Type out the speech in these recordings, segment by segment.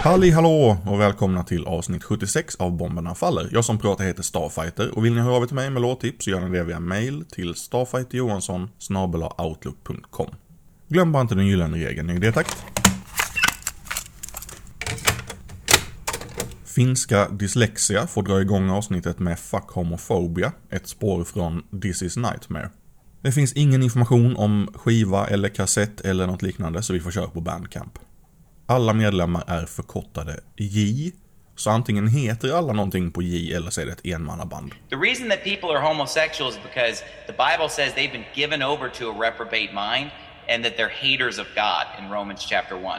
Halli hallå och välkomna till avsnitt 76 av Bomberna Faller. Jag som pratar heter Starfighter och vill ni höra av er till mig med låttips så gör ni det via mail till starfighterjohansson@outlook.com. Glöm bara inte den gyllene regeln, i det takt. Finska dyslexia får dra igång avsnittet med Fuck Homophobia, ett spår från This is Nightmare. Det finns ingen information om skiva eller kassett eller något liknande så vi får köra på Bandcamp. Alla medlemmar är förkortade J, så antingen heter alla någonting på J eller så är det ett enmannaband. The reason that people are homosexual is because the Bible says they've been given over to a reprobate mind and that they're haters of God in Romans chapter 1.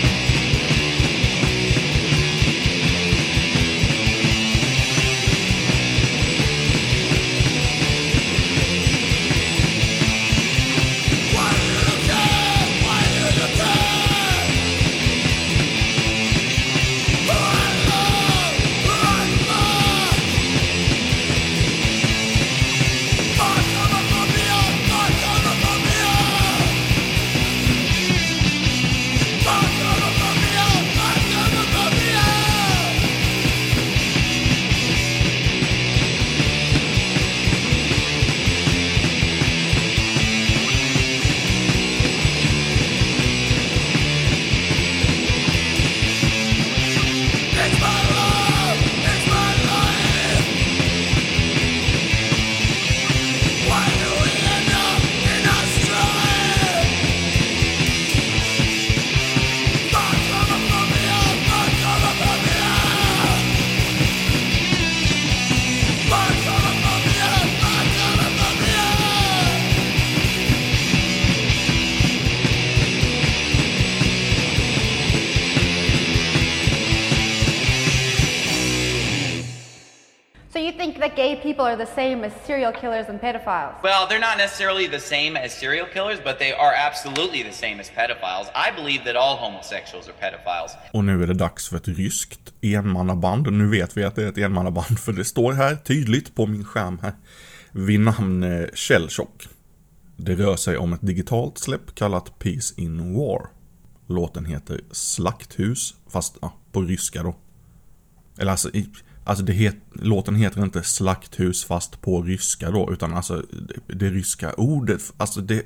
That gay people are the same as serial killers and pedophiles. Well, they're not necessarily the same as serial killers, but they are absolutely the same as pedophiles. I believe that all homosexuals are pedophiles. Och nu är det dags för ett ryskt enmannaband. Nu vet vi att det är ett enmannaband för det står här tydligt på min skärm här vid namn Shellshock. Det rör sig om ett digitalt släpp kallat Peace in War. Låten heter Slakthus, fast på ryska då. Eller alltså låten heter inte Slakthus fast på ryska då, utan alltså det ryska ordet, alltså det...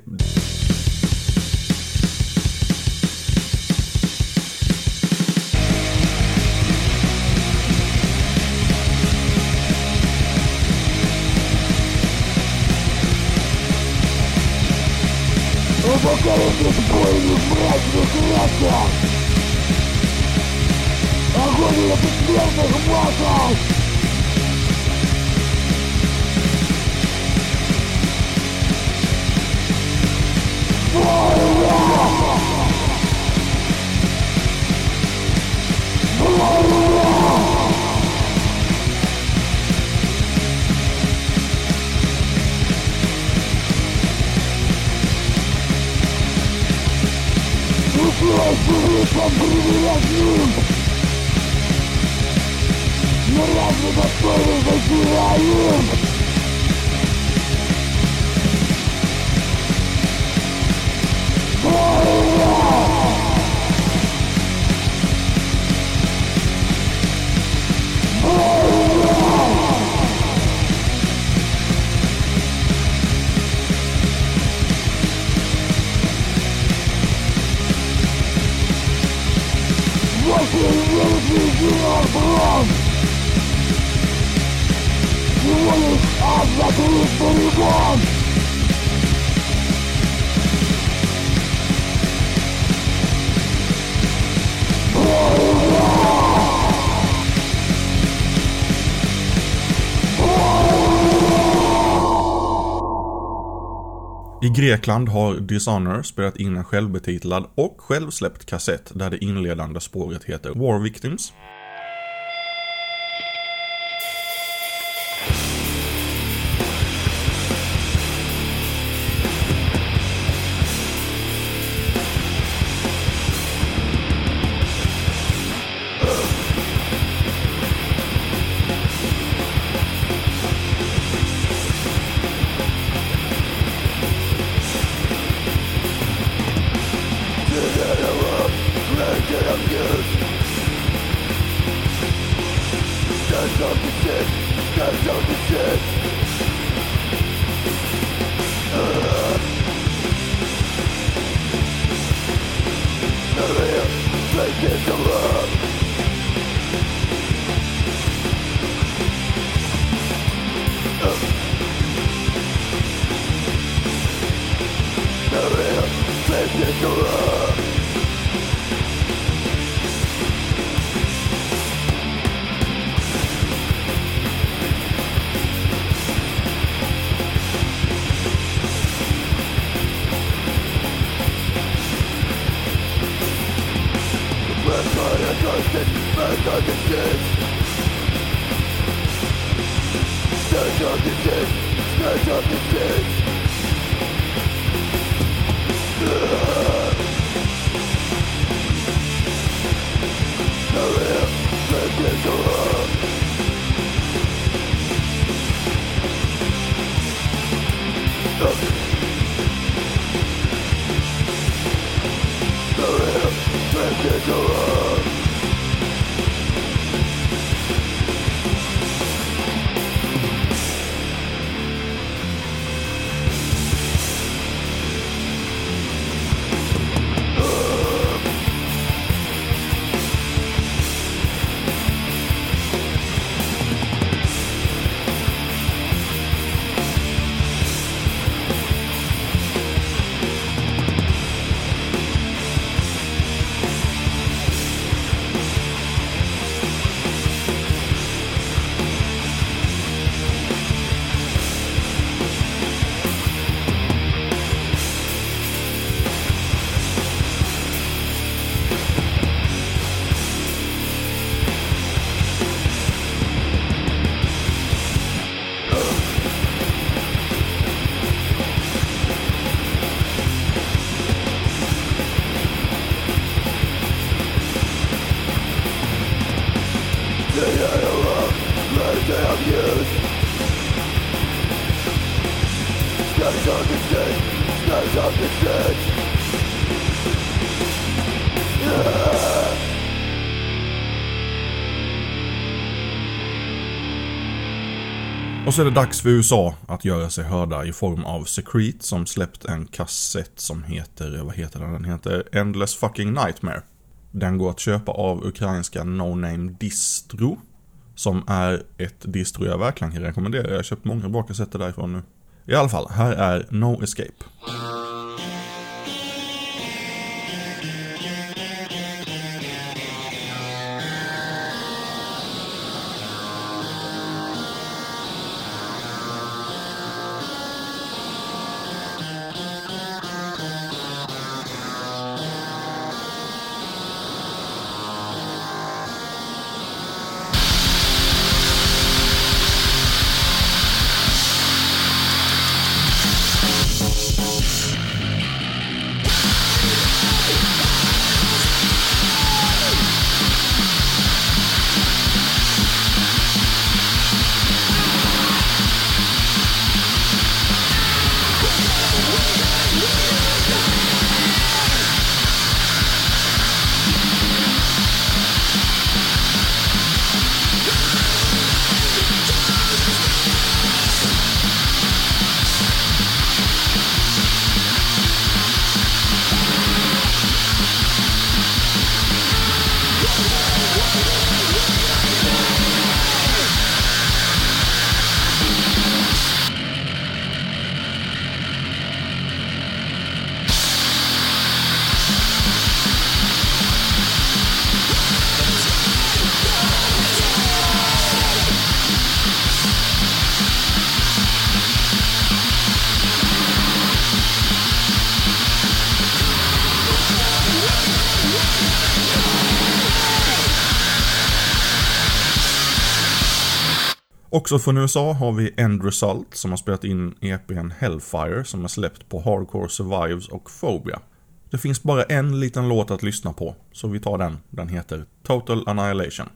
Агония бессмертных массов! Но разве достойны зайти на один? I Grekland har Dishonor spelat in en självbetitlad och självsläppt kassett där det inledande spåret heter War Victims. Och så är det dags för USA att göra sig hörda i form av Secret som släppt en kassett som heter, vad heter den? Den heter Endless Fucking Nightmare. Den går att köpa av ukrainska No Name Distro som är ett distro jag verkligen kan rekommendera. Jag har köpt många bra kassetter därifrån nu. I alla fall, här är No Escape. Också från USA har vi End Result som har spelat in EP:n Hellfire som är släppt på Hardcore Survives och Phobia. Det finns bara en liten låt att lyssna på, så vi tar den. Den heter Total Annihilation.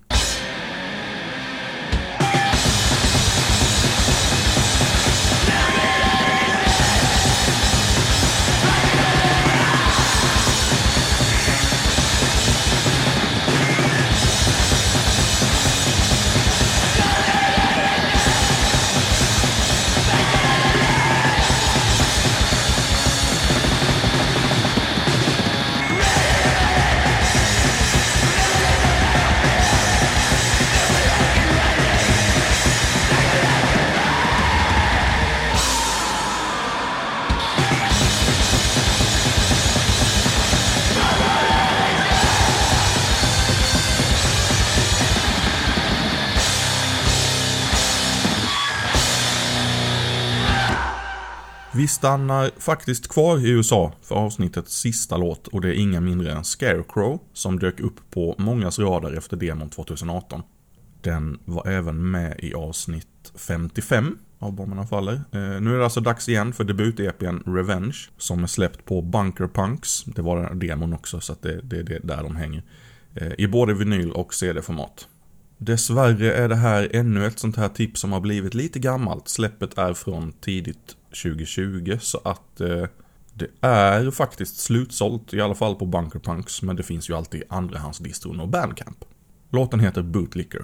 Vi stannar faktiskt kvar i USA för avsnittets sista låt och det är inga mindre än Scarecrow som dök upp på mångas radar efter demon 2018. Den var även med i avsnitt 55 av Bomberna Faller. Nu är det alltså dags igen för debut-EP:n Revenge som är släppt på Bunker Punks. Det var den demon också så att det är där de hänger. I både vinyl och CD-format. Dessvärre är det här ännu ett sånt här tips som har blivit lite gammalt. Släppet är från tidigt 2020 så att det är faktiskt slutsålt i alla fall på Bunker Punks, men det finns ju alltid andrahandsdistron och Bandcamp. Låten heter Bootlicker.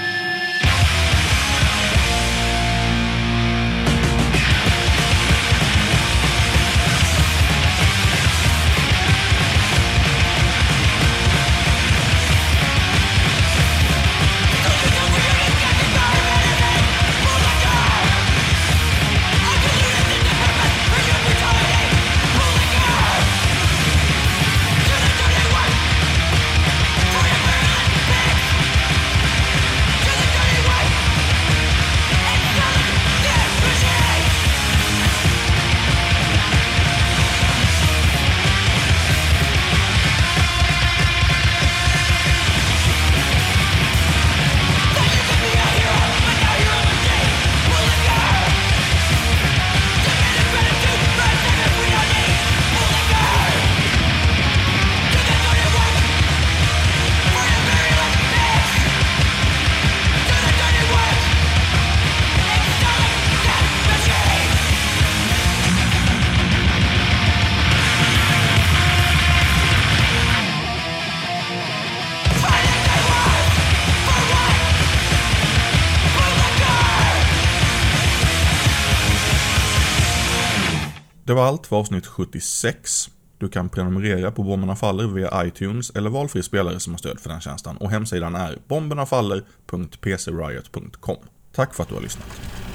Det var allt för avsnitt 76. Du kan prenumerera på Bomberna Faller via iTunes eller valfri spelare som har stöd för den tjänsten. Och hemsidan är bombernafaller.pcriot.com. Tack för att du har lyssnat.